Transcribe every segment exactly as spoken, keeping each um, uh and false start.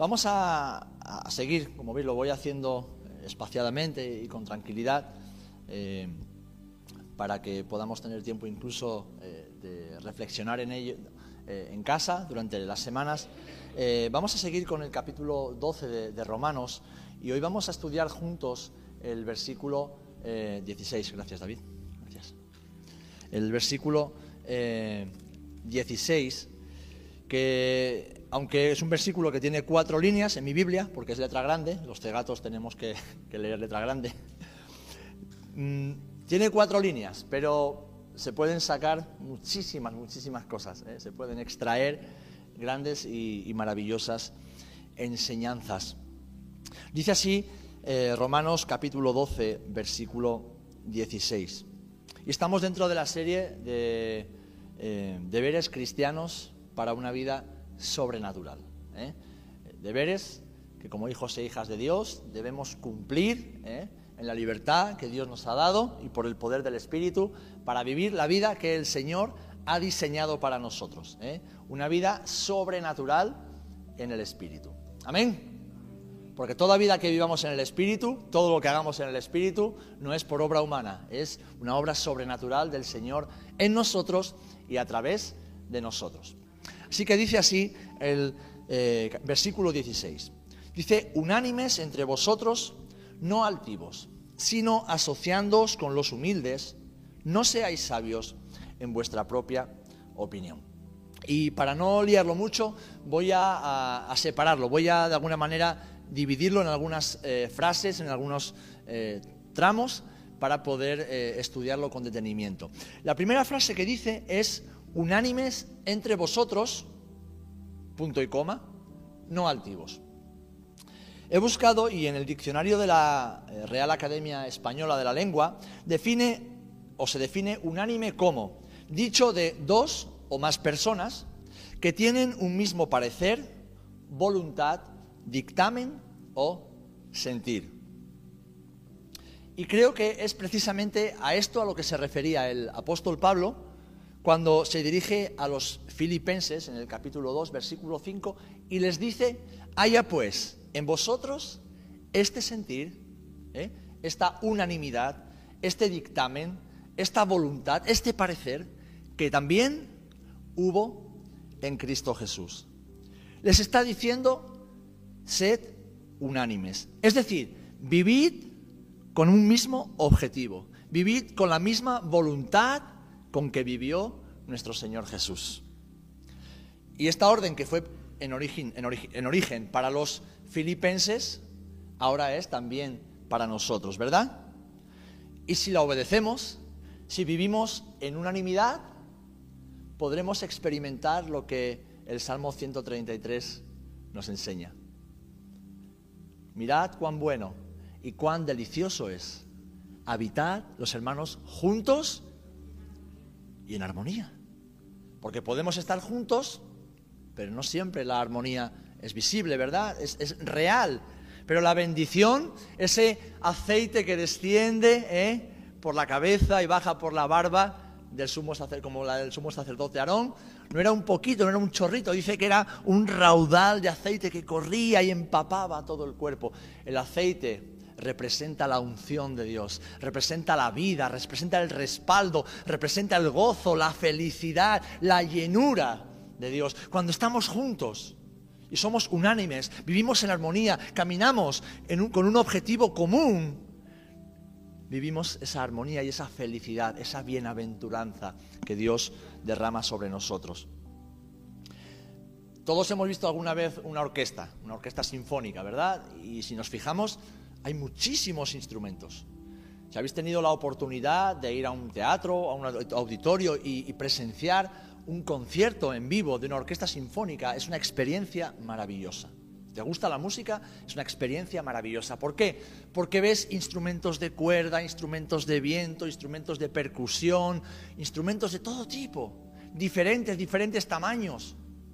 Vamos a, a seguir, como veis lo voy haciendo espaciadamente y con tranquilidad, eh, para que podamos tener tiempo incluso eh, de reflexionar en ello eh, en casa durante las semanas. Eh, vamos a seguir con el capítulo doce de, de Romanos y hoy vamos a estudiar juntos el versículo eh, dieciséis. Gracias, David. Gracias. El versículo eh, dieciséis, que aunque es un versículo que tiene cuatro líneas en mi Biblia, porque es letra grande, los cegatos tenemos que, que leer letra grande, mm, tiene cuatro líneas, pero se pueden sacar muchísimas, muchísimas cosas, ¿eh? Se pueden extraer grandes y, y maravillosas enseñanzas. Dice así eh, Romanos capítulo doce, versículo dieciséis. Y estamos dentro de la serie de eh, deberes cristianos para una vida sobrenatural, ¿eh? Deberes que como hijos e hijas de Dios debemos cumplir, ¿eh? en la libertad que Dios nos ha dado y por el poder del Espíritu para vivir la vida que el Señor ha diseñado para nosotros, ¿eh? Una vida sobrenatural en el Espíritu. Amén. Porque toda vida que vivamos en el Espíritu, todo lo que hagamos en el Espíritu, no es por obra humana, es una obra sobrenatural del Señor en nosotros y a través de nosotros. Así que dice así el eh, versículo dieciséis. Dice, unánimes entre vosotros, no altivos, sino asociándoos con los humildes, no seáis sabios en vuestra propia opinión. Y para no liarlo mucho, voy a, a, a separarlo, voy a de alguna manera dividirlo en algunas eh, frases, en algunos eh, tramos, para poder eh, estudiarlo con detenimiento. La primera frase que dice es, unánimes entre vosotros, punto y coma, no altivos. He buscado y en el diccionario de la Real Academia Española de la Lengua define o se define unánime como dicho de dos o más personas que tienen un mismo parecer, voluntad, dictamen o sentir. Y creo que es precisamente a esto a lo que se refería el apóstol Pablo cuando se dirige a los filipenses en el capítulo dos, versículo cinco, y les dice, haya pues en vosotros este sentir, ¿eh? esta unanimidad, este dictamen, esta voluntad, este parecer, que también hubo en Cristo Jesús. Les está diciendo, sed unánimes. Es decir, vivid con un mismo objetivo, vivid con la misma voluntad con que vivió nuestro Señor Jesús. Y esta orden que fue en origen, en origen, en origen para los filipenses, ahora es también para nosotros, ¿verdad? Y si la obedecemos, si vivimos en unanimidad, podremos experimentar lo que el Salmo ciento treinta y tres nos enseña. Mirad cuán bueno y cuán delicioso es habitar los hermanos juntos y en armonía. Porque podemos estar juntos, pero no siempre la armonía es visible, ¿verdad? Es, es real. Pero la bendición, ese aceite que desciende ¿eh? por la cabeza y baja por la barba del sumo sacerdote, como la del sumo sacerdote Aarón, no era un poquito, no era un chorrito, dice que era un raudal de aceite que corría y empapaba todo el cuerpo. El aceite representa la unción de Dios, representa la vida, representa el respaldo, representa el gozo, la felicidad, la llenura de Dios. Cuando estamos juntos y somos unánimes, vivimos en armonía, caminamos en un, con un objetivo común, vivimos esa armonía y esa felicidad, esa bienaventuranza que Dios derrama sobre nosotros. Todos hemos visto alguna vez una orquesta, una orquesta sinfónica, ¿verdad? Y si nos fijamos, hay muchísimos instrumentos. Si habéis tenido la oportunidad de ir a un teatro, a un auditorio y, y presenciar un concierto en vivo de una orquesta sinfónica, es una experiencia maravillosa. ¿Te gusta la música? Es una experiencia maravillosa. ¿Por qué? Porque ves instrumentos de cuerda, instrumentos de viento, instrumentos de percusión, instrumentos de todo tipo, diferentes, diferentes tamaños.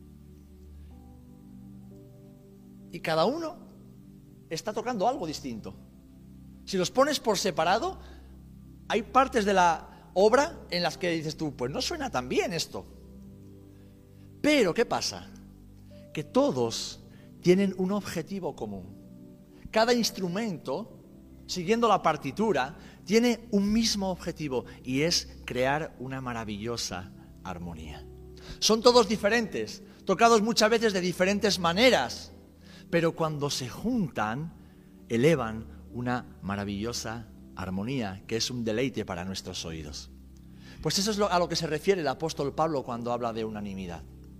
Y cada uno está tocando algo distinto. Si los pones por separado, hay partes de la obra en las que dices tú, pues no suena tan bien esto. Pero, ¿qué pasa? Que todos tienen un objetivo común. Cada instrumento, siguiendo la partitura, tiene un mismo objetivo y es crear una maravillosa armonía. Son todos diferentes, tocados muchas veces de diferentes maneras, pero cuando se juntan, elevan una maravillosa armonía que es un deleite para nuestros oídos. Pues eso es a lo que se refiere el apóstol Pablo cuando habla de unanimidad.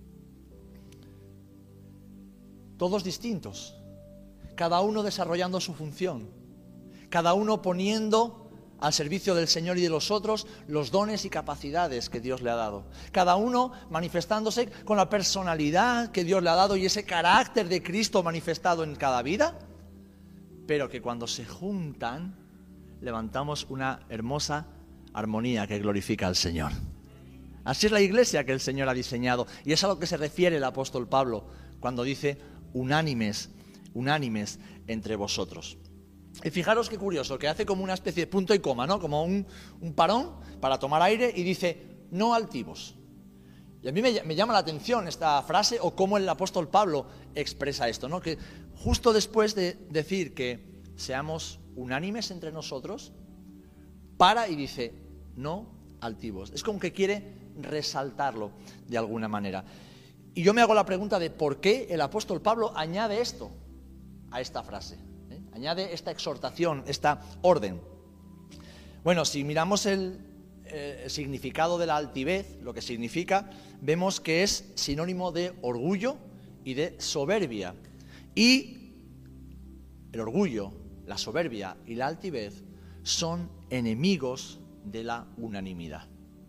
Todos distintos, cada uno desarrollando su función, cada uno poniendo al servicio del Señor y de los otros los dones y capacidades que Dios le ha dado. Cada uno manifestándose con la personalidad que Dios le ha dado y ese carácter de Cristo manifestado en cada vida, pero que cuando se juntan levantamos una hermosa armonía que glorifica al Señor. Así es la iglesia que el Señor ha diseñado y es a lo que se refiere el apóstol Pablo cuando dice unánimes, unánimes entre vosotros. Y fijaros qué curioso, que hace como una especie de punto y coma, ¿no? Como un, un parón para tomar aire y dice, no altivos. Y a mí me, me llama la atención esta frase o cómo el apóstol Pablo expresa esto, ¿no? Que justo después de decir que seamos unánimes entre nosotros, para y dice, no altivos. Es como que quiere resaltarlo de alguna manera. Y yo me hago la pregunta de por qué el apóstol Pablo añade esto a esta frase. Añade esta exhortación, esta orden. Bueno, si miramos el eh, significado de la altivez, lo que significa, vemos que es sinónimo de orgullo y de soberbia. Y el orgullo, la soberbia y la altivez son enemigos de la unanimidad.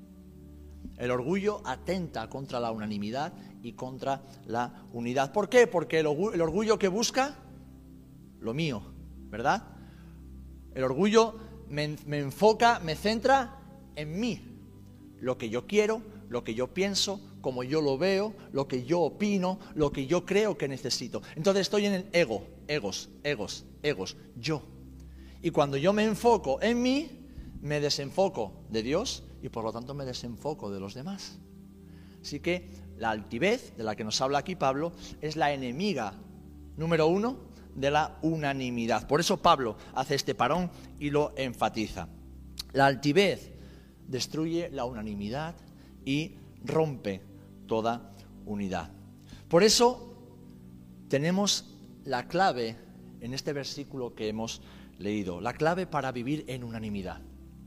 El orgullo atenta contra la unanimidad y contra la unidad. ¿Por qué? Porque el orgullo, el orgullo que busca lo mío, ¿verdad? El orgullo me, me enfoca, me centra en mí, lo que yo quiero, lo que yo pienso, como yo lo veo, lo que yo opino, lo que yo creo que necesito. Entonces estoy en el ego, egos, egos, egos, yo. Y cuando yo me enfoco en mí, me desenfoco de Dios y por lo tanto me desenfoco de los demás. Así que la altivez, de la que nos habla aquí Pablo, es la enemiga número uno de la unanimidad. Por eso Pablo hace este parón y lo enfatiza. La altivez destruye la unanimidad y rompe toda unidad. Por eso tenemos la clave en este versículo que hemos leído, la clave para vivir en unanimidad.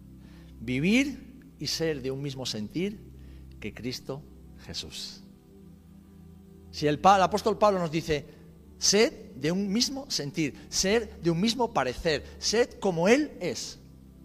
Vivir y ser de un mismo sentir que Cristo Jesús. Si el, el apóstol Pablo nos dice, sed de un mismo sentir, ser de un mismo parecer, sed como Él es.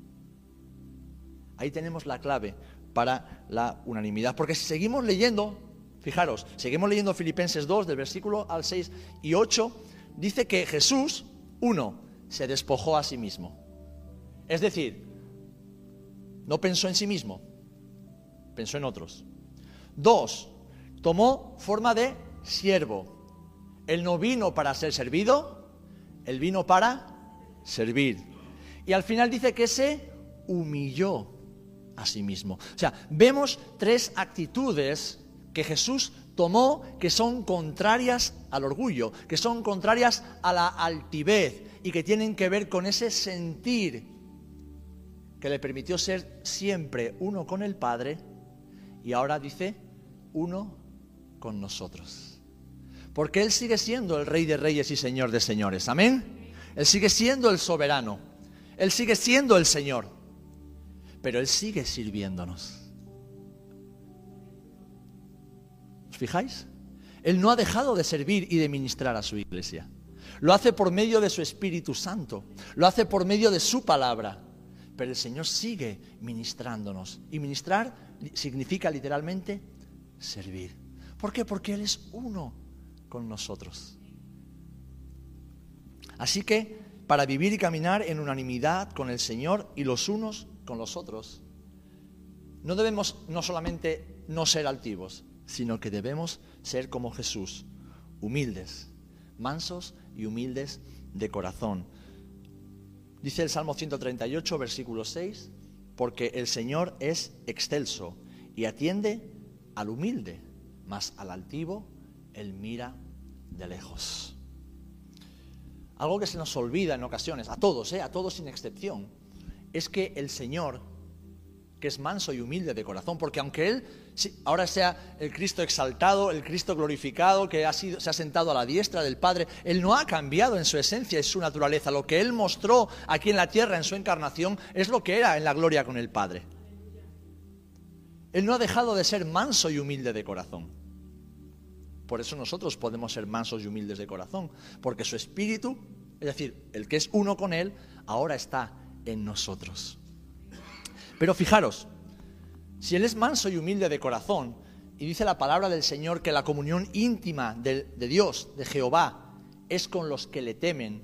Ahí tenemos la clave para la unanimidad. Porque si seguimos leyendo, fijaros, seguimos leyendo Filipenses dos, del versículo al seis y ocho, dice que Jesús, uno, se despojó a sí mismo. Es decir, no pensó en sí mismo, pensó en otros. Dos, tomó forma de siervo. Él no vino para ser servido, Él vino para servir. Y al final dice que se humilló a sí mismo. O sea, vemos tres actitudes que Jesús tomó que son contrarias al orgullo, que son contrarias a la altivez y que tienen que ver con ese sentir que le permitió ser siempre uno con el Padre y ahora dice uno con nosotros. Porque Él sigue siendo el Rey de Reyes y Señor de Señores. ¿Amén? Él sigue siendo el soberano. Él sigue siendo el Señor. Pero Él sigue sirviéndonos. ¿Os fijáis? Él no ha dejado de servir y de ministrar a su iglesia. Lo hace por medio de su Espíritu Santo. Lo hace por medio de su palabra. Pero el Señor sigue ministrándonos. Y ministrar significa literalmente servir. ¿Por qué? Porque Él es uno con nosotros. Así que para vivir y caminar en unanimidad con el Señor y los unos con los otros, no debemos no solamente no ser altivos, sino que debemos ser como Jesús, humildes, mansos y humildes de corazón. Dice el Salmo ciento treinta y ocho, versículo seis, porque el Señor es excelso y atiende al humilde, mas al altivo Él mira de lejos. algo que se nos olvida en ocasiones, a todos, ¿eh? a todos sin excepción, es que el Señor, que es manso y humilde de corazón, porque aunque Él ahora sea el Cristo exaltado, el Cristo glorificado, que ha sido, se ha sentado a la diestra del Padre, Él no ha cambiado en su esencia y su naturaleza. Lo que Él mostró aquí en la tierra en su encarnación es lo que era en la gloria con el Padre. Él no ha dejado de ser manso y humilde de corazón. Por eso nosotros podemos ser mansos y humildes de corazón, porque su Espíritu, es decir, el que es uno con Él, ahora está en nosotros. Pero fijaros, si Él es manso y humilde de corazón, y dice la palabra del Señor que la comunión íntima de, de Dios, de Jehová, es con los que le temen,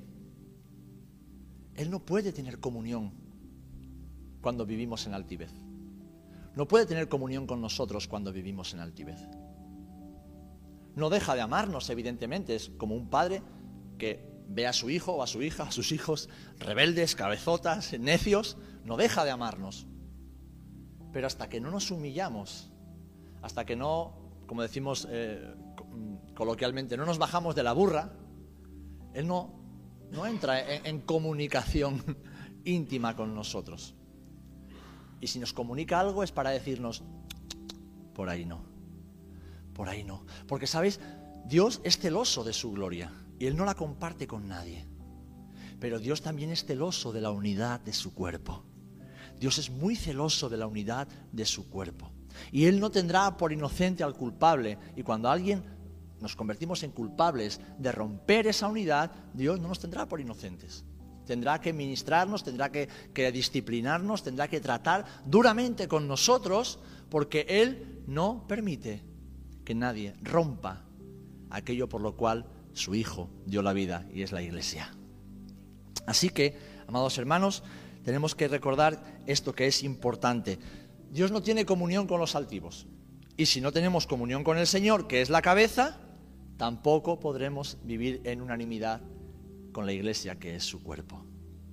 Él no puede tener comunión cuando vivimos en altivez. No puede tener comunión con nosotros cuando vivimos en altivez. No deja de amarnos, evidentemente, es como un padre que ve a su hijo o a su hija, a sus hijos rebeldes, cabezotas, necios, no deja de amarnos. Pero hasta que no nos humillamos, hasta que no, como decimos eh, coloquialmente, no nos bajamos de la burra, Él no, no entra en, en comunicación íntima con nosotros. Y si nos comunica algo es para decirnos, por ahí no, por ahí no. Porque, ¿sabéis? Dios es celoso de su gloria y Él no la comparte con nadie. Pero Dios también es celoso de la unidad de su cuerpo. Dios es muy celoso de la unidad de su cuerpo. Y Él no tendrá por inocente al culpable. Y cuando alguien nos convertimos en culpables de romper esa unidad, Dios no nos tendrá por inocentes. Tendrá que ministrarnos, tendrá que, que disciplinarnos, tendrá que tratar duramente con nosotros, porque Él no permite que nadie rompa aquello por lo cual su Hijo dio la vida, y es la Iglesia. Así que, amados hermanos, tenemos que recordar esto que es importante. Dios no tiene comunión con los altivos. Y si no tenemos comunión con el Señor, que es la cabeza, tampoco podremos vivir en unanimidad con la Iglesia, que es su cuerpo.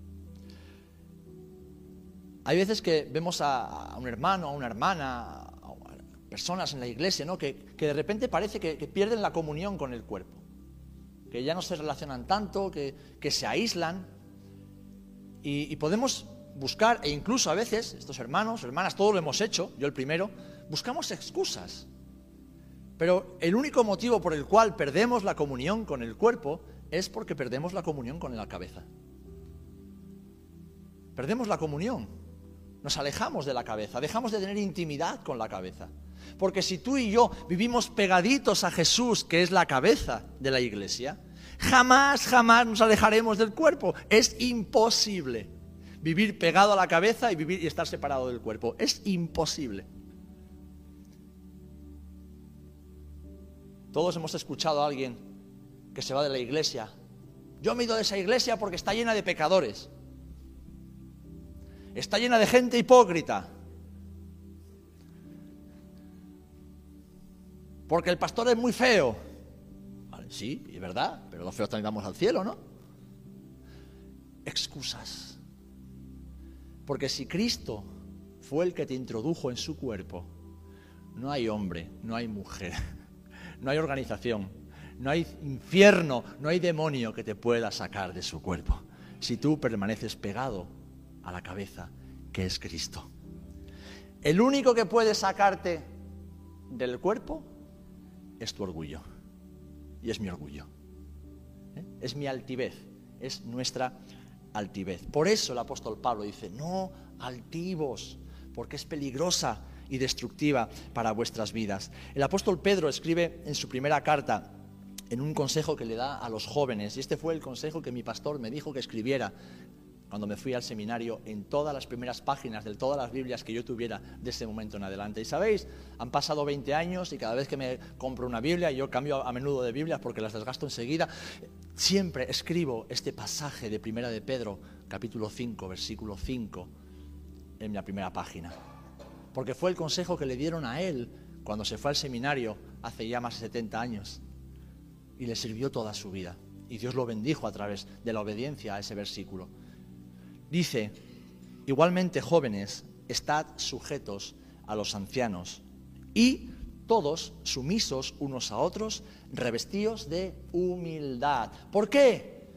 Hay veces que vemos a, a un hermano, a una hermana, a personas en la Iglesia, ¿no? que, que de repente parece que, que pierden la comunión con el cuerpo, que ya no se relacionan tanto, que, que se aíslan. Y, y podemos buscar, e incluso a veces, estos hermanos, hermanas, todos lo hemos hecho, yo el primero, buscamos excusas. Pero el único motivo por el cual perdemos la comunión con el cuerpo es porque perdemos la comunión con la cabeza. Perdemos la comunión, nos alejamos de la cabeza, dejamos de tener intimidad con la cabeza. Porque si tú y yo vivimos pegaditos a Jesús, que es la cabeza de la Iglesia, jamás, jamás nos alejaremos del cuerpo. Es imposible vivir pegado a la cabeza y vivir y estar separado del cuerpo. Es imposible. Todos hemos escuchado a alguien que se va de la iglesia. Yo me he ido de esa iglesia porque está llena de pecadores. Está llena de gente hipócrita. Porque el pastor es muy feo. Vale, sí, es verdad, pero los feos también vamos al cielo, ¿no? Excusas. Porque si Cristo fue el que te introdujo en su cuerpo, no hay hombre, no hay mujer, no hay organización, no hay infierno, no hay demonio que te pueda sacar de su cuerpo, si tú permaneces pegado a la cabeza, que es Cristo. El único que puede sacarte del cuerpo es tu orgullo. Y es mi orgullo. ¿Eh? Es mi altivez, es nuestra altivez. Por eso el apóstol Pablo dice, no altivos, porque es peligrosa y destructiva para vuestras vidas. El apóstol Pedro escribe en su primera carta, en un consejo que le da a los jóvenes, y este fue el consejo que mi pastor me dijo que escribiera cuando me fui al seminario, en todas las primeras páginas de todas las Biblias que yo tuviera de ese momento en adelante. Y sabéis, han pasado veinte años y cada vez que me compro una Biblia, y yo cambio a menudo de Biblias porque las desgasto enseguida, siempre escribo este pasaje de Primera de Pedro, capítulo cinco, versículo cinco, en la primera página. Porque fue el consejo que le dieron a él cuando se fue al seminario hace ya más de setenta años. Y le sirvió toda su vida. Y Dios lo bendijo a través de la obediencia a ese versículo. Dice, igualmente jóvenes, estad sujetos a los ancianos y todos sumisos unos a otros, revestidos de humildad. ¿Por qué?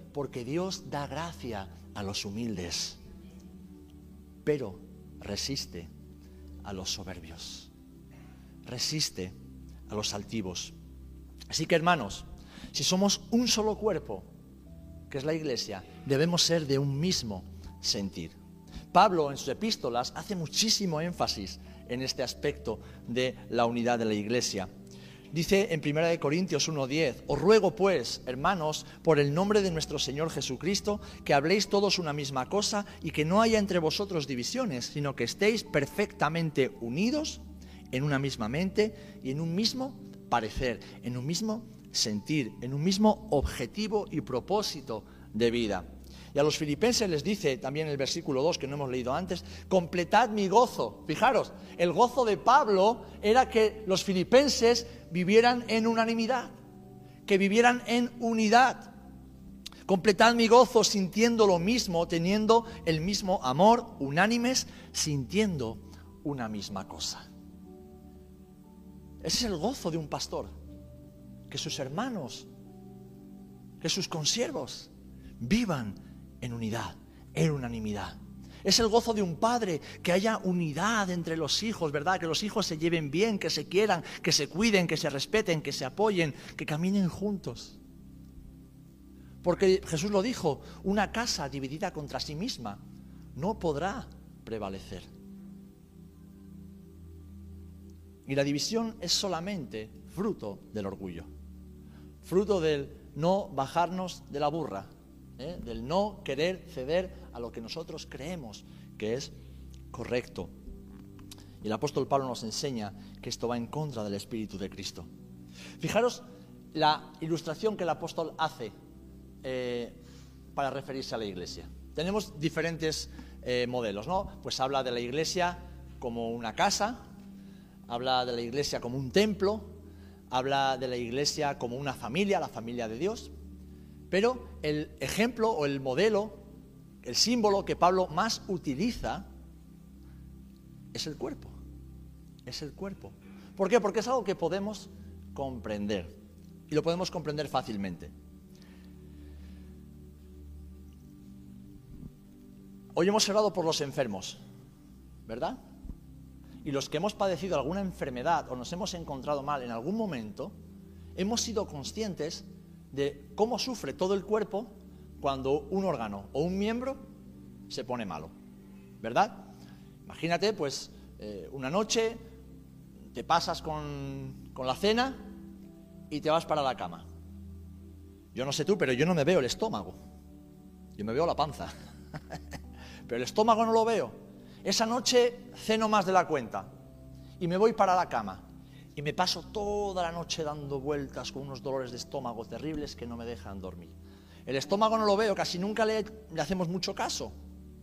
Porque Dios da gracia a los humildes, pero resiste a los soberbios, resiste a los altivos. Así que, hermanos, si somos un solo cuerpo, que es la Iglesia, debemos ser de un mismo sentir. Pablo en sus epístolas hace muchísimo énfasis en este aspecto de la unidad de la Iglesia. Dice en primera de Corintios uno diez, os ruego pues, hermanos, por el nombre de nuestro Señor Jesucristo, que habléis todos una misma cosa y que no haya entre vosotros divisiones, sino que estéis perfectamente unidos en una misma mente y en un mismo parecer, en un mismo sentir, en un mismo objetivo y propósito de vida. Y a los filipenses les dice también en el versículo dos, que no hemos leído antes, completad mi gozo. Fijaros, el gozo de Pablo era que los filipenses vivieran en unanimidad, que vivieran en unidad. Completad mi gozo sintiendo lo mismo, teniendo el mismo amor, unánimes, sintiendo una misma cosa. Ese es el gozo de un pastor, que sus hermanos, que sus consiervos vivan en unidad, en unanimidad. Es el gozo de un padre, que haya unidad entre los hijos, ¿verdad? Que los hijos se lleven bien, que se quieran, que se cuiden, que se respeten, que se apoyen, que caminen juntos. Porque Jesús lo dijo, una casa dividida contra sí misma no podrá prevalecer. Y la división es solamente fruto del orgullo, fruto del no bajarnos de la burra, ¿eh? del no querer ceder a lo que nosotros creemos que es correcto. Y el apóstol Pablo nos enseña que esto va en contra del Espíritu de Cristo. Fijaros la ilustración que el apóstol hace eh, para referirse a la iglesia. Tenemos diferentes eh, modelos, ¿no? Pues habla de la iglesia como una casa, habla de la iglesia como un templo, habla de la iglesia como una familia, la familia de Dios. Pero el ejemplo o el modelo, el símbolo que Pablo más utiliza es el cuerpo. Es el cuerpo. ¿Por qué? Porque es algo que podemos comprender. Y lo podemos comprender fácilmente. Hoy hemos orado por los enfermos, ¿verdad? Y los que hemos padecido alguna enfermedad o nos hemos encontrado mal en algún momento, hemos sido conscientes de cómo sufre todo el cuerpo cuando un órgano o un miembro se pone malo, ¿verdad? Imagínate, pues, eh, una noche te pasas con, con la cena y te vas para la cama. Yo no sé tú, pero yo no me veo el estómago. Yo me veo la panza. Pero el estómago no lo veo. Esa noche ceno más de la cuenta y me voy para la cama. Y me paso toda la noche dando vueltas con unos dolores de estómago terribles que no me dejan dormir. El estómago no lo veo, casi nunca le, le hacemos mucho caso.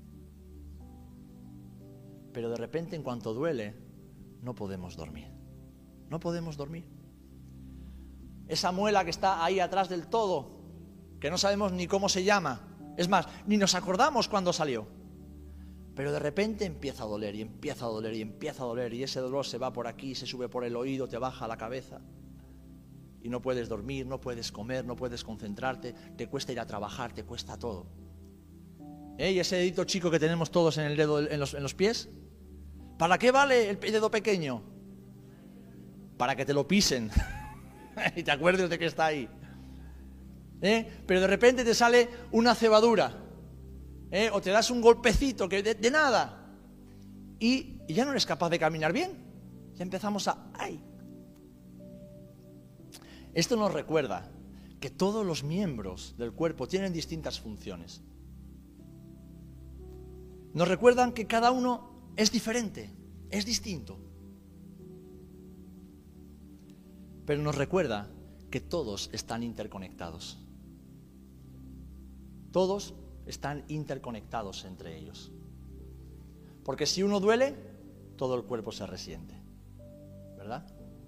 Pero de repente, en cuanto duele, no podemos dormir. No podemos dormir. Esa muela que está ahí atrás del todo, que no sabemos ni cómo se llama. Es más, ni nos acordamos cuándo salió. Pero de repente empieza a doler y empieza a doler y empieza a doler y ese dolor se va por aquí, se sube por el oído, te baja a la cabeza y no puedes dormir, no puedes comer, no puedes concentrarte, te cuesta ir a trabajar, te cuesta todo. ¿Eh? ¿Y ese dedito chico que tenemos todos en el dedo, en los, en los pies? ¿Para qué vale el dedo pequeño? Para que te lo pisen y te acuerdes de que está ahí. ¿Eh? Pero de repente te sale una cebadura. ¿Eh? O te das un golpecito que de, de nada y, y ya no eres capaz de caminar bien. Ya empezamos a... ¡ay! Esto nos recuerda que todos los miembros del cuerpo tienen distintas funciones. Nos recuerdan que cada uno es diferente, es distinto. Pero nos recuerda que todos están interconectados. Todos están interconectados entre ellos. Porque si uno duele, todo el cuerpo se resiente, ¿verdad?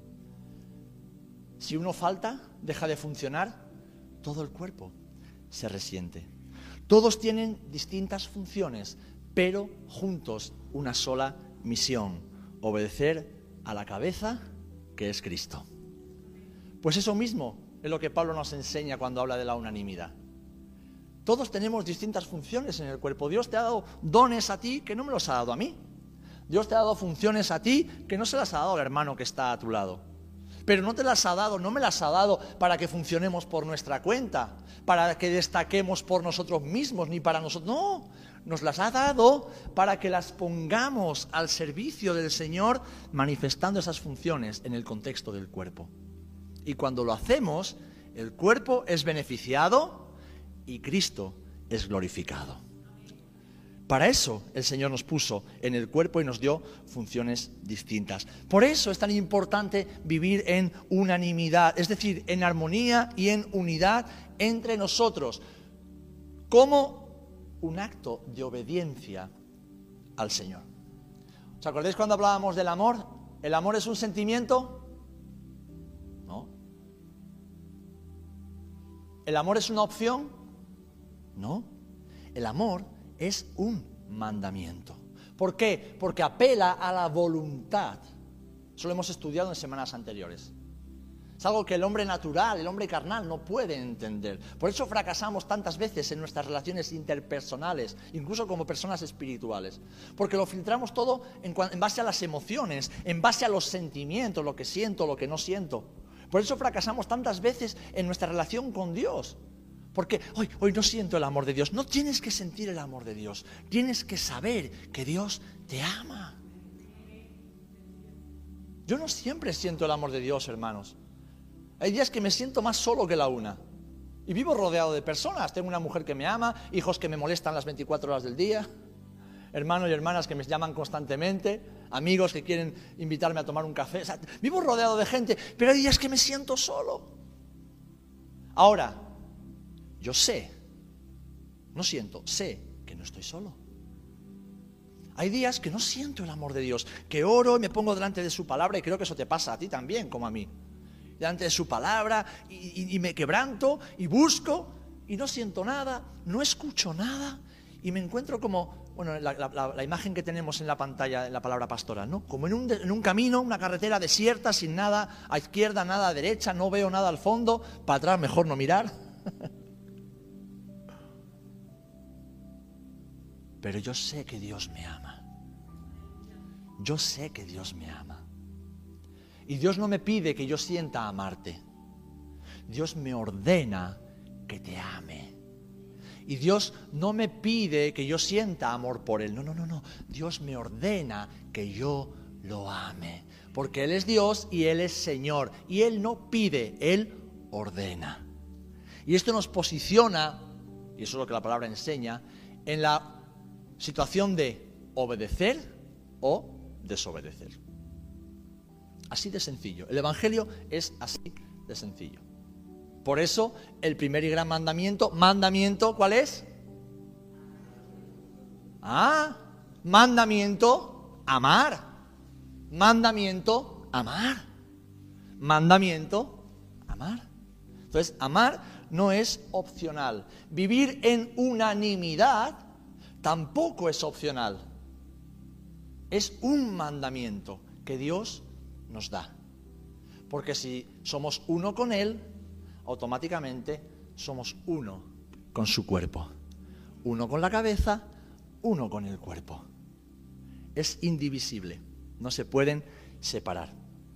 Si uno falta, deja de funcionar, todo el cuerpo se resiente. Todos tienen distintas funciones, pero juntos una sola misión: obedecer a la cabeza, que es Cristo. Pues eso mismo es lo que Pablo nos enseña cuando habla de la unanimidad. Todos tenemos distintas funciones en el cuerpo. Dios te ha dado dones a ti que no me los ha dado a mí. Dios te ha dado funciones a ti que no se las ha dado al hermano que está a tu lado. Pero no te las ha dado, no me las ha dado para que funcionemos por nuestra cuenta, para que destaquemos por nosotros mismos, ni para nosotros. No, nos las ha dado para que las pongamos al servicio del Señor, manifestando esas funciones en el contexto del cuerpo. Y cuando lo hacemos, el cuerpo es beneficiado y Cristo es glorificado. Para eso el Señor nos puso en el cuerpo y nos dio funciones distintas. Por eso es tan importante vivir en unanimidad, es decir, en armonía y en unidad entre nosotros, como un acto de obediencia al Señor. ¿Os acordáis cuando hablábamos del amor? ¿El amor es un sentimiento? No. ¿El amor es una opción? No. El amor es un mandamiento. ¿Por qué? Porque apela a la voluntad. Eso lo hemos estudiado en semanas anteriores. Es algo que el hombre natural, el hombre carnal no puede entender. Por eso fracasamos tantas veces en nuestras relaciones interpersonales, incluso como personas espirituales. Porque lo filtramos todo en, en base a las emociones, en base a los sentimientos, lo que siento, lo que no siento. Por eso fracasamos tantas veces en nuestra relación con Dios. Porque hoy, hoy no siento el amor de Dios. No tienes que sentir el amor de Dios. Tienes que saber que Dios te ama. Yo no siempre siento el amor de Dios, hermanos. Hay días que me siento más solo que la una. Y vivo rodeado de personas. Tengo una mujer que me ama, hijos que me molestan las veinticuatro horas del día, hermanos y hermanas que me llaman constantemente, amigos que quieren invitarme a tomar un café. O sea, vivo rodeado de gente, pero hay días que me siento solo. Ahora, yo sé, no siento, sé que no estoy solo. Hay días que no siento el amor de Dios, que oro y me pongo delante de su palabra, y creo que eso te pasa a ti también, como a mí. Delante de su palabra, y, y, y me quebranto, y busco, y no siento nada, no escucho nada, y me encuentro como, bueno, la, la, la imagen que tenemos en la pantalla, en la palabra pastoral, ¿no? Como en un, en un camino, una carretera desierta, sin nada a izquierda, nada a derecha, no veo nada al fondo, para atrás mejor no mirar. Pero yo sé que Dios me ama. Yo sé que Dios me ama. Y Dios no me pide que yo sienta amarte. Dios me ordena que te ame. Y Dios no me pide que yo sienta amor por Él. No, no, no, no. Dios me ordena que yo lo ame. Porque Él es Dios y Él es Señor. Y Él no pide, Él ordena. Y esto nos posiciona, y eso es lo que la palabra enseña, en la situación de obedecer o desobedecer. Así de sencillo. El Evangelio es así de sencillo. Por eso, el primer y gran mandamiento, mandamiento, ¿cuál es? Ah, mandamiento, amar. Mandamiento, amar. Mandamiento, amar. Entonces, amar no es opcional. Vivir en unanimidad tampoco es opcional. Es un mandamiento que Dios nos da. Porque si somos uno con Él, automáticamente somos uno con su cuerpo. Uno con la cabeza, uno con el cuerpo. Es indivisible. No se pueden separar.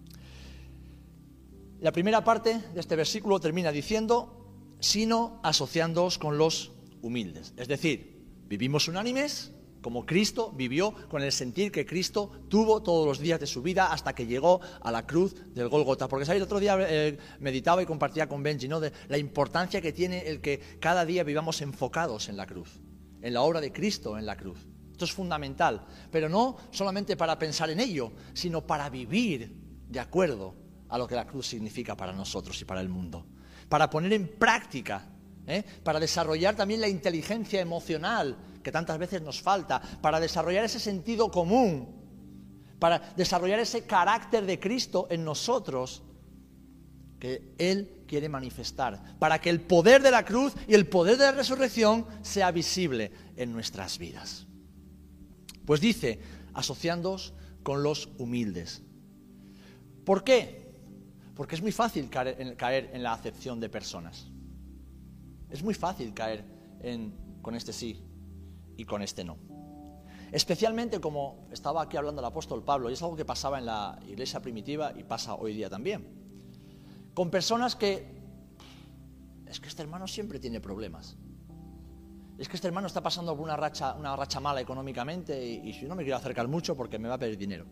La primera parte de este versículo termina diciendo, sino asociándoos con los humildes. Es decir, vivimos unánimes, como Cristo vivió, con el sentir que Cristo tuvo todos los días de su vida hasta que llegó a la cruz del Gólgota. Porque, ¿sabéis? El otro día eh, meditaba y compartía con Benji, ¿no?, de la importancia que tiene el que cada día vivamos enfocados en la cruz, en la obra de Cristo en la cruz. Esto es fundamental, pero no solamente para pensar en ello, sino para vivir de acuerdo a lo que la cruz significa para nosotros y para el mundo. Para poner en práctica, ¿eh? para desarrollar también la inteligencia emocional que tantas veces nos falta, para desarrollar ese sentido común, para desarrollar ese carácter de Cristo en nosotros que Él quiere manifestar, para que el poder de la cruz y el poder de la resurrección sea visible en nuestras vidas. Pues dice, asociándoos con los humildes. ¿Por qué? Porque es muy fácil caer en, caer en la acepción de personas. Es muy fácil caer en, con este sí y con este no. Especialmente, como estaba aquí hablando el apóstol Pablo, y es algo que pasaba en la iglesia primitiva y pasa hoy día también, con personas que, es que este hermano siempre tiene problemas, es que este hermano está pasando por una racha, una racha mala económicamente y, y si no me quiero acercar mucho porque me va a pedir dinero.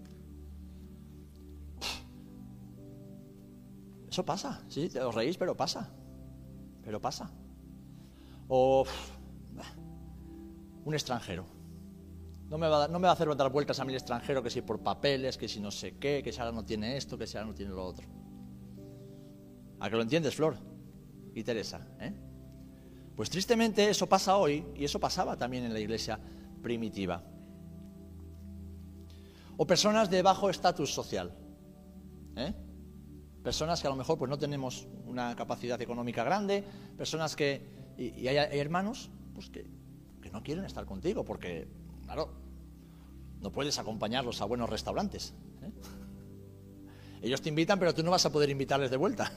Eso pasa, sí, te os reís, pero pasa, pero pasa. O un extranjero. No me, va a, no me va a hacer dar vueltas a mí el extranjero, que si por papeles, que si no sé qué, que si ahora no tiene esto, que si ahora no tiene lo otro. ¿A que lo entiendes, Flor y Teresa? ¿eh? Pues tristemente eso pasa hoy y eso pasaba también en la iglesia primitiva. O personas de bajo estatus social. ¿eh? Personas que a lo mejor pues no tenemos una capacidad económica grande, personas que... Y, y hay, hay hermanos pues que, que no quieren estar contigo porque, claro, no puedes acompañarlos a buenos restaurantes. ¿eh? Ellos te invitan, pero tú no vas a poder invitarles de vuelta.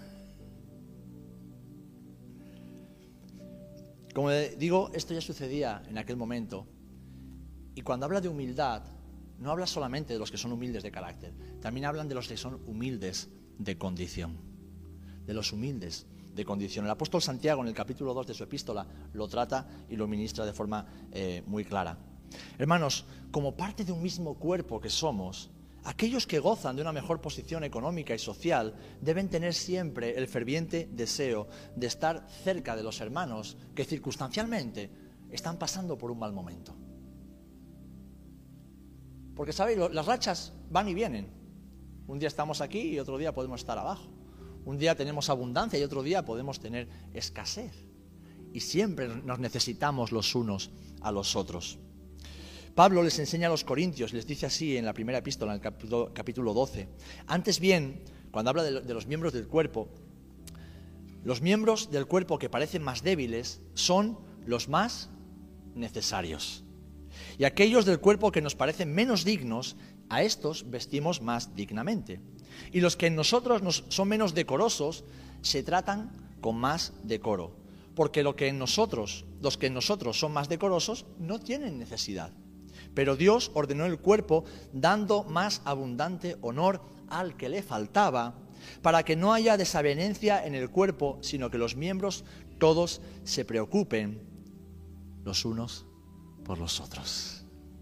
Como digo, esto ya sucedía en aquel momento. Y cuando habla de humildad, no habla solamente de los que son humildes de carácter, también hablan de los que son humildes de condición, de los humildes de condición. El apóstol Santiago en el capítulo dos de su epístola lo trata y lo ministra de forma eh, muy clara. Hermanos, como parte de un mismo cuerpo que somos, aquellos que gozan de una mejor posición económica y social deben tener siempre el ferviente deseo de estar cerca de los hermanos que circunstancialmente están pasando por un mal momento. Porque, ¿sabéis? Las rachas van y vienen. Un día estamos aquí y otro día podemos estar abajo. Un día tenemos abundancia y otro día podemos tener escasez. Y siempre nos necesitamos los unos a los otros. Pablo les enseña a los corintios, les dice así en la primera epístola, en el capítulo, capítulo doce. Antes bien, cuando habla de, de los miembros del cuerpo, los miembros del cuerpo que parecen más débiles son los más necesarios. Y aquellos del cuerpo que nos parecen menos dignos, a estos vestimos más dignamente. Y los que en nosotros nos son menos decorosos, se tratan con más decoro. Porque lo que en nosotros, los que en nosotros son más decorosos, no tienen necesidad. Pero Dios ordenó el cuerpo dando más abundante honor al que le faltaba, para que no haya desavenencia en el cuerpo, sino que los miembros todos se preocupen los unos por los otros.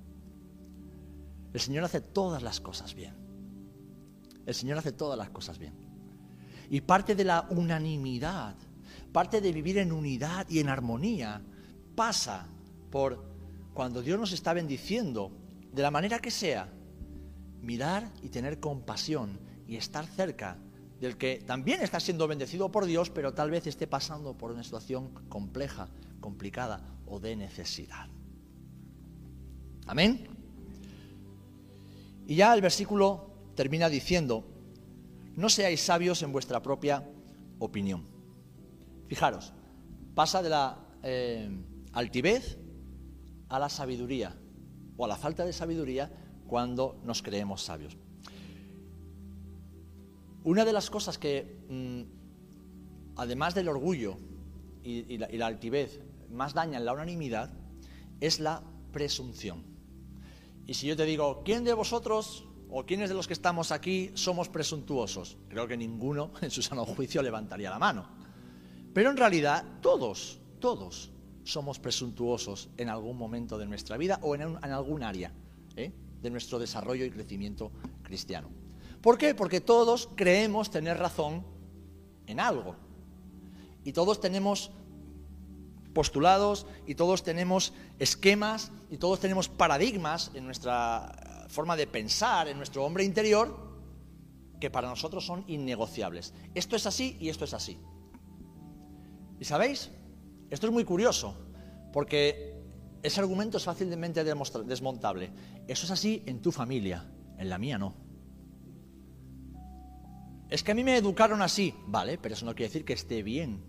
El Señor hace todas las cosas bien. El Señor hace todas las cosas bien. Y parte de la unanimidad, parte de vivir en unidad y en armonía, pasa por, cuando Dios nos está bendiciendo, de la manera que sea, mirar y tener compasión y estar cerca del que también está siendo bendecido por Dios, pero tal vez esté pasando por una situación compleja, complicada o de necesidad. Amén. Y ya el versículo termina diciendo: no seáis sabios en vuestra propia opinión. Fijaros, pasa de la eh, altivez a la sabiduría, o a la falta de sabiduría cuando nos creemos sabios. Una de las cosas que, mmm, además del orgullo y, y, la, y la altivez, más dañan la unanimidad, es la presunción. Y si yo te digo, ¿quién de vosotros o quiénes de los que estamos aquí somos presuntuosos? Creo que ninguno en su sano juicio levantaría la mano. Pero en realidad todos, todos somos presuntuosos en algún momento de nuestra vida o en, en algún área ¿eh? de nuestro desarrollo y crecimiento cristiano. ¿Por qué? Porque todos creemos tener razón en algo. Y todos tenemos postulados y todos tenemos esquemas y todos tenemos paradigmas en nuestra forma de pensar, en nuestro hombre interior, que para nosotros son innegociables. Esto es así y esto es así. ¿Y sabéis? Esto es muy curioso, porque ese argumento es fácilmente desmontable. Eso es así en tu familia, en la mía no. Es que a mí me educaron así, vale, pero eso no quiere decir que esté bien.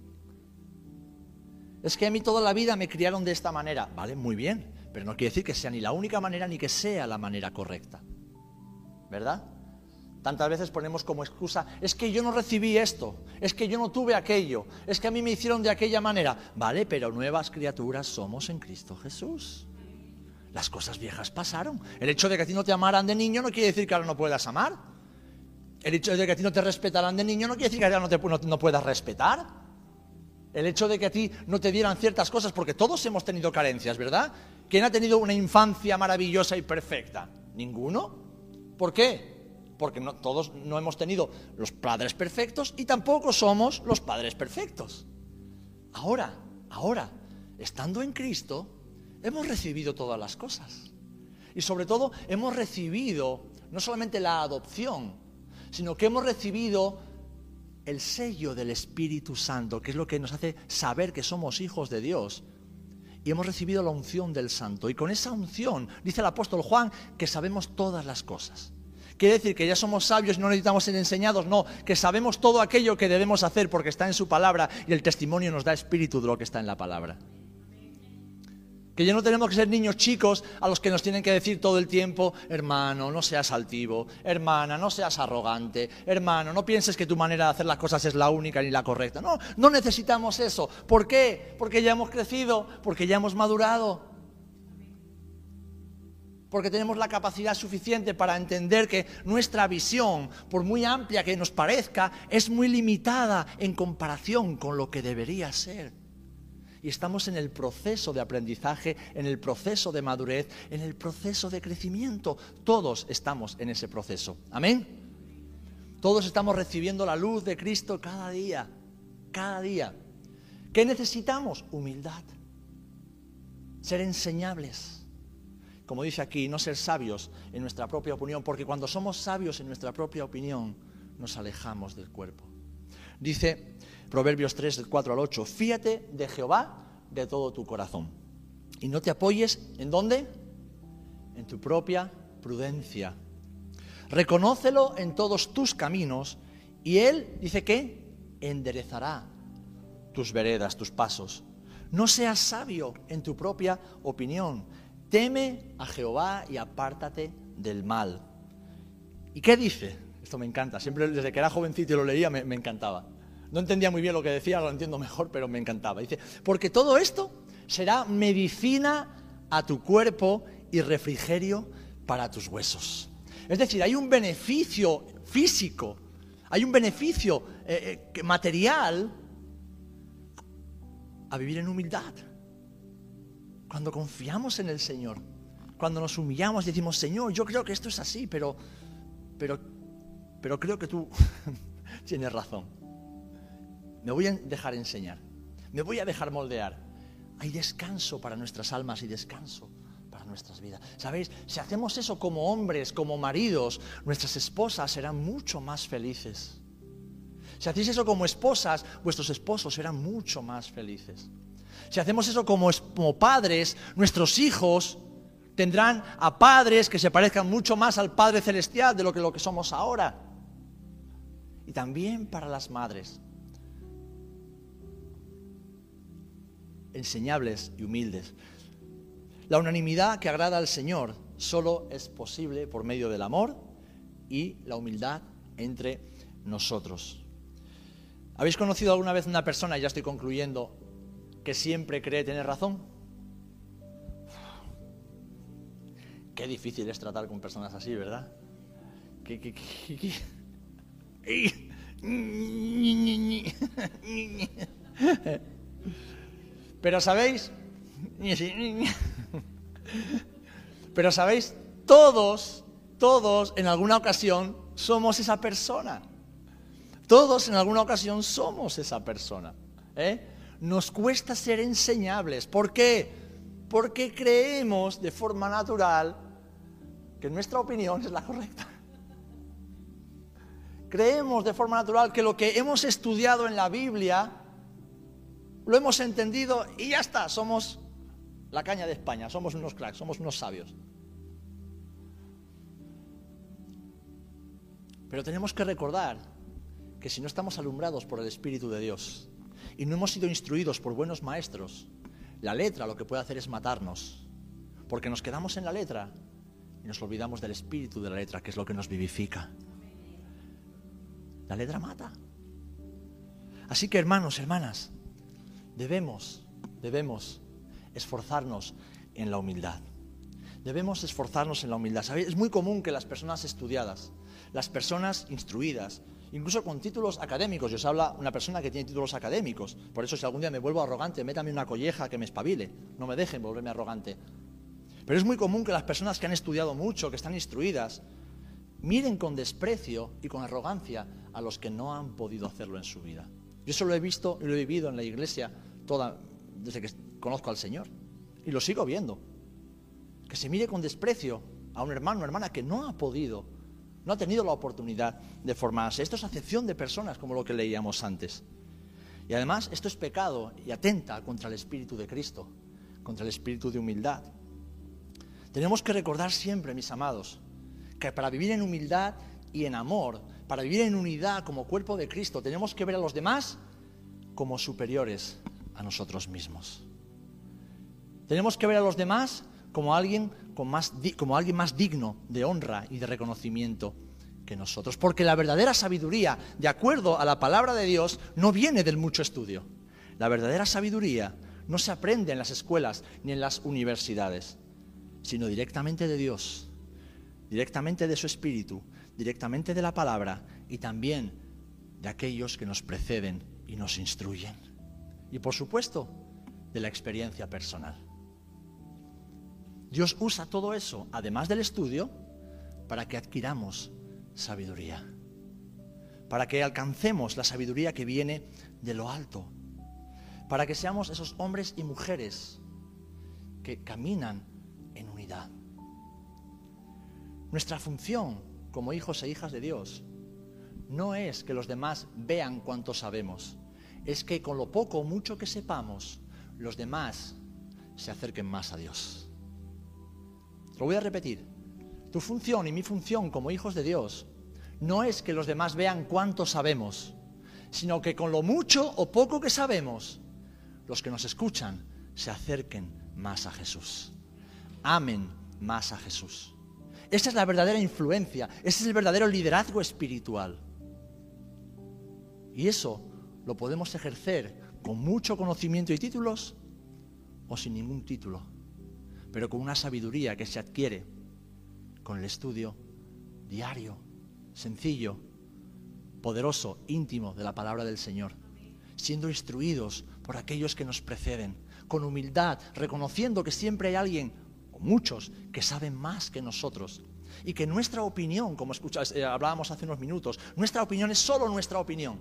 Es que a mí toda la vida me criaron de esta manera, vale, muy bien, pero no quiere decir que sea ni la única manera ni que sea la manera correcta, ¿verdad? Tantas veces ponemos como excusa, es que yo no recibí esto, es que yo no tuve aquello, es que a mí me hicieron de aquella manera. Vale, pero nuevas criaturas somos en Cristo Jesús. Las cosas viejas pasaron. El hecho de que a ti no te amaran de niño no quiere decir que ahora no puedas amar. El hecho de que a ti no te respetaran de niño no quiere decir que ahora no, te, no, no puedas respetar. El hecho de que a ti no te dieran ciertas cosas, porque todos hemos tenido carencias, ¿verdad? ¿Quién ha tenido una infancia maravillosa y perfecta? ¿Ninguno? ¿Por qué? Porque no, todos no hemos tenido los padres perfectos y tampoco somos los padres perfectos. Ahora, ahora, estando en Cristo, hemos recibido todas las cosas. Y sobre todo, hemos recibido no solamente la adopción, sino que hemos recibido el sello del Espíritu Santo, que es lo que nos hace saber que somos hijos de Dios. Y hemos recibido la unción del Santo. Y con esa unción, dice el apóstol Juan, que sabemos todas las cosas. ¿Quiere decir que ya somos sabios y no necesitamos ser enseñados? No, que sabemos todo aquello que debemos hacer porque está en su palabra y el testimonio nos da espíritu de lo que está en la palabra. Que ya no tenemos que ser niños chicos a los que nos tienen que decir todo el tiempo, hermano, no seas altivo, hermana, no seas arrogante, hermano, no pienses que tu manera de hacer las cosas es la única ni la correcta. No, no necesitamos eso. ¿Por qué? Porque ya hemos crecido, porque ya hemos madurado. Porque tenemos la capacidad suficiente para entender que nuestra visión, por muy amplia que nos parezca, es muy limitada en comparación con lo que debería ser. Y estamos en el proceso de aprendizaje, en el proceso de madurez, en el proceso de crecimiento. Todos estamos en ese proceso. ¿Amén? Todos estamos recibiendo la luz de Cristo cada día, cada día. ¿Qué necesitamos? Humildad. Ser enseñables. Como dice aquí, no ser sabios en nuestra propia opinión, porque cuando somos sabios en nuestra propia opinión, nos alejamos del cuerpo. Dice Proverbios tres, del cuatro al ocho, fíate de Jehová de todo tu corazón y no te apoyes, ¿en dónde? En tu propia prudencia. Reconócelo en todos tus caminos y Él, dice que, enderezará tus veredas, tus pasos. No seas sabio en tu propia opinión. Teme a Jehová y apártate del mal. ¿Y qué dice? Esto me encanta. Siempre desde que era jovencito y lo leía me, me encantaba. No entendía muy bien lo que decía, lo entiendo mejor, pero me encantaba. Dice, porque todo esto será medicina a tu cuerpo y refrigerio para tus huesos. Es decir, hay un beneficio físico, hay un beneficio eh, eh, material a vivir en humildad. Cuando confiamos en el Señor, cuando nos humillamos y decimos, Señor, yo creo que esto es así, pero, pero, pero creo que tú tienes razón. Me voy a dejar enseñar, me voy a dejar moldear. Hay descanso para nuestras almas y descanso para nuestras vidas. ¿Sabéis? Si hacemos eso como hombres, como maridos, nuestras esposas serán mucho más felices. Si hacéis eso como esposas, vuestros esposos serán mucho más felices. Si hacemos eso como, como padres, nuestros hijos tendrán a padres que se parezcan mucho más al Padre Celestial de lo que, lo que somos ahora. Y también para las madres, enseñables y humildes. La unanimidad que agrada al Señor solo es posible por medio del amor y la humildad entre nosotros. ¿Habéis conocido alguna vez una persona, y ya estoy concluyendo, que siempre cree tener razón? Qué difícil es tratar con personas así, ¿verdad? ¿Qué, qué, qué, qué? Pero sabéis, pero sabéis, todos, todos en alguna ocasión somos esa persona. Todos en alguna ocasión somos esa persona, ¿eh? Nos cuesta ser enseñables. ¿Por qué? Porque creemos de forma natural que nuestra opinión es la correcta. Creemos de forma natural que lo que hemos estudiado en la Biblia lo hemos entendido y ya está, somos la caña de España, somos unos cracks, somos unos sabios. Pero tenemos que recordar que si no estamos alumbrados por el Espíritu de Dios y no hemos sido instruidos por buenos maestros, la letra lo que puede hacer es matarnos, porque nos quedamos en la letra y nos olvidamos del espíritu de la letra, que es lo que nos vivifica. La letra mata. Así que, hermanos, hermanas, debemos, debemos esforzarnos en la humildad. Debemos esforzarnos en la humildad. ¿Sabéis? Es muy común que las personas estudiadas, las personas instruidas, incluso con títulos académicos, yo os habla una persona que tiene títulos académicos, por eso si algún día me vuelvo arrogante, métame una colleja que me espabile, no me dejen volverme arrogante. Pero es muy común que las personas que han estudiado mucho, que están instruidas, miren con desprecio y con arrogancia a los que no han podido hacerlo en su vida. Yo eso lo he visto y lo he vivido en la iglesia toda, desde que conozco al Señor, y lo sigo viendo. Que se mire con desprecio a un hermano o hermana que no ha podido, no ha tenido la oportunidad de formarse. Esto es acepción de personas, como lo que leíamos antes. Y además, esto es pecado y atenta contra el Espíritu de Cristo, contra el espíritu de humildad. Tenemos que recordar siempre, mis amados, que para vivir en humildad y en amor, para vivir en unidad como cuerpo de Cristo, tenemos que ver a los demás como superiores a nosotros mismos. Tenemos que ver a los demás como alguien, con más, como alguien más digno de honra y de reconocimiento que nosotros. Porque la verdadera sabiduría, de acuerdo a la palabra de Dios, no viene del mucho estudio. La verdadera sabiduría no se aprende en las escuelas ni en las universidades, sino directamente de Dios, directamente de su Espíritu, directamente de la palabra y también de aquellos que nos preceden y nos instruyen. Y por supuesto, de la experiencia personal. Dios usa todo eso, además del estudio, para que adquiramos sabiduría, para que alcancemos la sabiduría que viene de lo alto, para que seamos esos hombres y mujeres que caminan en unidad. Nuestra función como hijos e hijas de Dios no es que los demás vean cuánto sabemos, es que con lo poco o mucho que sepamos, los demás se acerquen más a Dios. Lo voy a repetir. Tu función y mi función como hijos de Dios no es que los demás vean cuánto sabemos, sino que con lo mucho o poco que sabemos, los que nos escuchan se acerquen más a Jesús. Amen más a Jesús. Esa es la verdadera influencia, ese es el verdadero liderazgo espiritual. Y eso lo podemos ejercer con mucho conocimiento y títulos o sin ningún título, pero con una sabiduría que se adquiere con el estudio diario, sencillo, poderoso, íntimo de la palabra del Señor, siendo instruidos por aquellos que nos preceden, con humildad, reconociendo que siempre hay alguien, o muchos, que saben más que nosotros, y que nuestra opinión, como escuchas, eh, hablábamos hace unos minutos, nuestra opinión es solo nuestra opinión,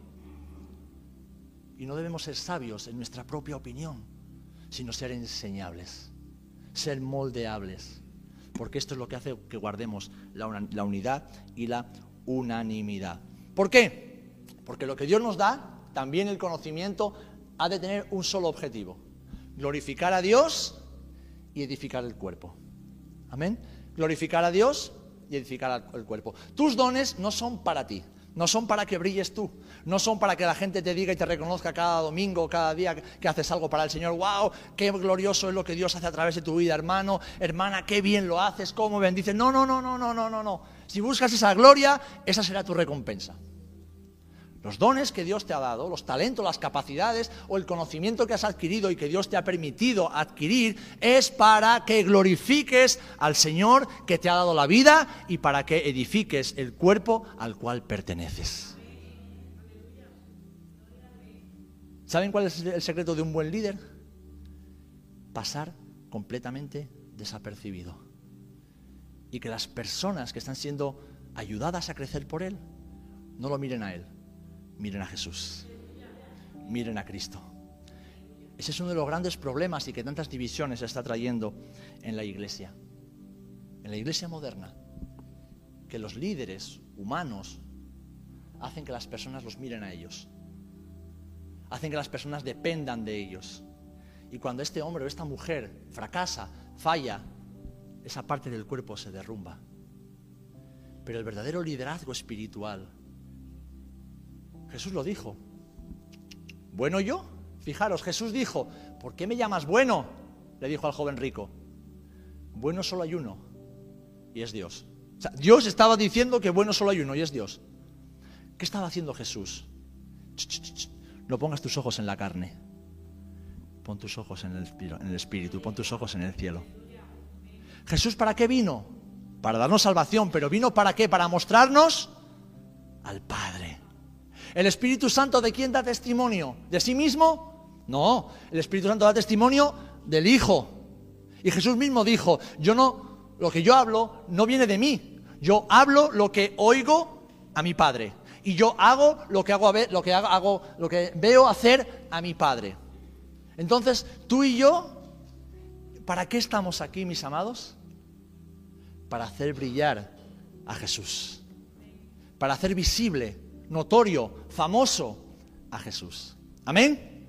y no debemos ser sabios en nuestra propia opinión, sino ser enseñables, ser moldeables, porque esto es lo que hace que guardemos la, una, la unidad y la unanimidad. ¿Por qué? Porque lo que Dios nos da, también el conocimiento, ha de tener un solo objetivo: glorificar a Dios y edificar el cuerpo. Amén. Glorificar a Dios y edificar el cuerpo. Tus dones no son para ti, no son para que brilles tú, no son para que la gente te diga y te reconozca cada domingo, cada día que haces algo para el Señor. ¡Wow! ¡Qué glorioso es lo que Dios hace a través de tu vida, hermano, hermana! ¡Qué bien lo haces! ¡Cómo bendices! No, no, no, no, no, no, no, no. Si buscas esa gloria, esa será tu recompensa. Los dones que Dios te ha dado, los talentos, las capacidades o el conocimiento que has adquirido y que Dios te ha permitido adquirir es para que glorifiques al Señor que te ha dado la vida y para que edifiques el cuerpo al cual perteneces. ¿Saben cuál es el secreto de un buen líder? Pasar completamente desapercibido y que las personas que están siendo ayudadas a crecer por Él no lo miren a Él, miren a Jesús, miren a Cristo. Ese es uno de los grandes problemas y que tantas divisiones se está trayendo en la iglesia, en la iglesia moderna, que los líderes humanos hacen que las personas los miren a ellos, hacen que las personas dependan de ellos. Y cuando este hombre o esta mujer fracasa, falla, esa parte del cuerpo se derrumba. Pero el verdadero liderazgo espiritual, Jesús lo dijo. ¿Bueno yo? Fijaros, Jesús dijo, ¿por qué me llamas bueno?, le dijo al joven rico. Bueno solo hay uno, y es Dios. O sea, Dios estaba diciendo que bueno solo hay uno, y es Dios. ¿Qué estaba haciendo Jesús? Ch, ch, ch, ch. No pongas tus ojos en la carne. Pon tus ojos en el, en el Espíritu, pon tus ojos en el cielo. ¿Jesús para qué vino? Para darnos salvación, pero ¿vino para qué? Para mostrarnos al Padre. ¿El Espíritu Santo de quién da testimonio? ¿De sí mismo? No, el Espíritu Santo da testimonio del Hijo. Y Jesús mismo dijo, yo no, lo que yo hablo no viene de mí. Yo hablo lo que oigo a mi Padre. Y yo hago lo que hago, a ver, lo que hago, hago, lo que veo hacer a mi Padre. Entonces, tú y yo, ¿para qué estamos aquí, mis amados? Para hacer brillar a Jesús. Para hacer visible, notorio, famoso a Jesús. ¿Amén?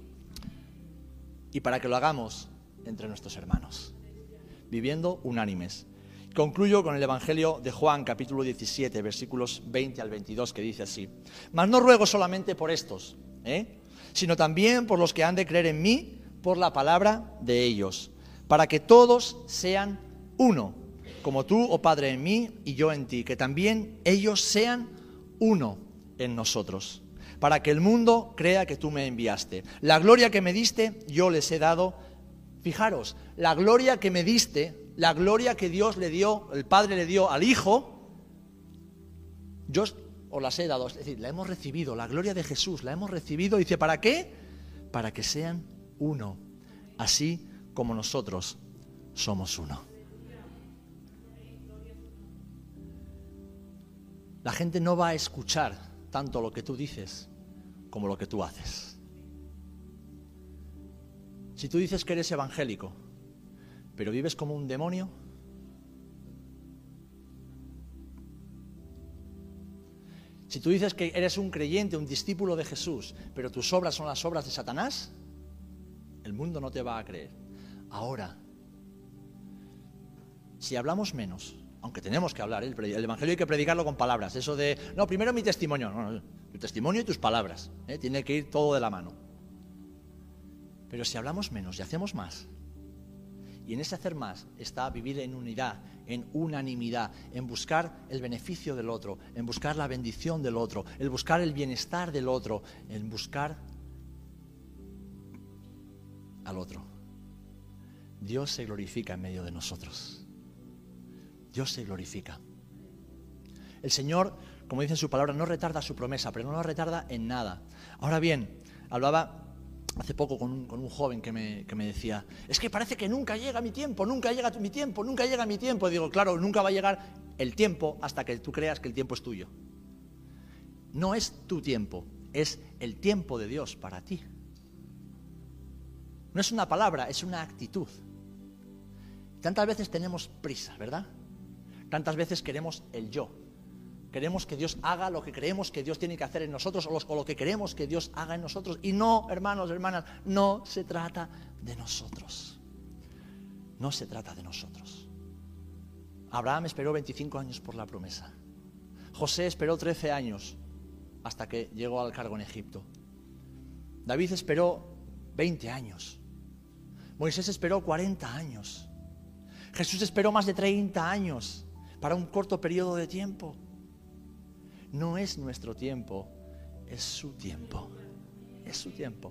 Y para que lo hagamos entre nuestros hermanos, viviendo unánimes. Concluyo con el Evangelio de Juan, capítulo diecisiete, versículos veinte al veintidós, que dice así: Mas no ruego solamente por estos, ¿eh? sino también por los que han de creer en mí por la palabra de ellos, para que todos sean uno, como tú, oh Padre, en mí y yo en ti, que también ellos sean uno en nosotros, para que el mundo crea que tú me enviaste. La gloria que me diste, yo les he dado. Fijaros, la gloria que me diste, la gloria que Dios le dio, el Padre le dio al Hijo, yo os las he dado, es decir, la hemos recibido, la gloria de Jesús, la hemos recibido. Dice, ¿para qué? Para que sean uno, así como nosotros somos uno. La gente no va a escuchar tanto lo que tú dices como lo que tú haces. Si tú dices que eres evangélico, pero vives como un demonio, si tú dices que eres un creyente, un discípulo de Jesús, pero tus obras son las obras de Satanás, el mundo no te va a creer. Ahora, si hablamos menos, aunque tenemos que hablar, ¿eh? El evangelio hay que predicarlo con palabras, eso de, no, primero mi testimonio, no, no, tu testimonio y tus palabras, ¿eh? Tiene que ir todo de la mano. Pero si hablamos menos y hacemos más, y en ese hacer más está vivir en unidad, en unanimidad, en buscar el beneficio del otro, en buscar la bendición del otro, en buscar el bienestar del otro, en buscar al otro. Dios se glorifica en medio de nosotros. Dios se glorifica. El Señor, como dice en su palabra, no retarda su promesa, pero no la retarda en nada. Ahora bien, hablaba hace poco con un, con un joven que me, que me decía, es que parece que nunca llega mi tiempo, nunca llega mi tiempo, nunca llega mi tiempo. Y digo, claro, nunca va a llegar el tiempo hasta que tú creas que el tiempo es tuyo. No es tu tiempo, es el tiempo de Dios para ti. No es una palabra, es una actitud. Tantas veces tenemos prisa, ¿verdad? Tantas veces queremos el yo. Queremos que Dios haga lo que creemos que Dios tiene que hacer en nosotros, o, los, o lo que queremos que Dios haga en nosotros. Y no, hermanos, hermanas, no se trata de nosotros. No se trata de nosotros. Abraham esperó veinticinco años por la promesa. José esperó trece años hasta que llegó al cargo en Egipto. David esperó veinte años. Moisés esperó cuarenta años. Jesús esperó más de treinta años para un corto periodo de tiempo. No es nuestro tiempo, es su tiempo. Es su tiempo.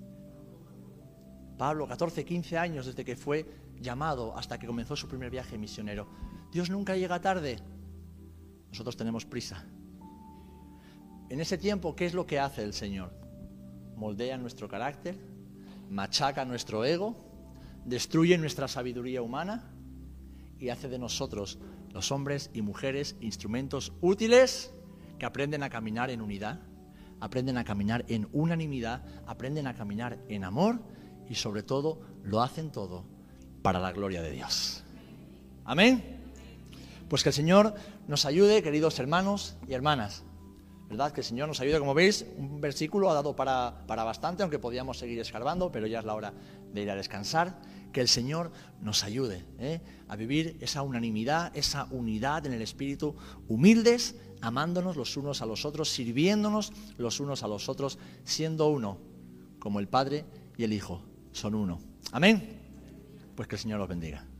Pablo, catorce, quince años desde que fue llamado hasta que comenzó su primer viaje misionero. Dios nunca llega tarde. Nosotros tenemos prisa. En ese tiempo, ¿qué es lo que hace el Señor? Moldea nuestro carácter, machaca nuestro ego, destruye nuestra sabiduría humana y hace de nosotros, los hombres y mujeres, instrumentos útiles que aprenden a caminar en unidad, aprenden a caminar en unanimidad, aprenden a caminar en amor y sobre todo lo hacen todo para la gloria de Dios. Amén. Pues que el Señor nos ayude, queridos hermanos y hermanas. ¿Verdad? Que el Señor nos ayude. Como veis, un versículo ha dado para, para bastante, aunque podíamos seguir escarbando, pero ya es la hora de ir a descansar. Que el Señor nos ayude ¿eh? a vivir esa unanimidad, esa unidad en el Espíritu, humildes, amándonos los unos a los otros, sirviéndonos los unos a los otros, siendo uno, como el Padre y el Hijo son uno. Amén. Pues que el Señor los bendiga.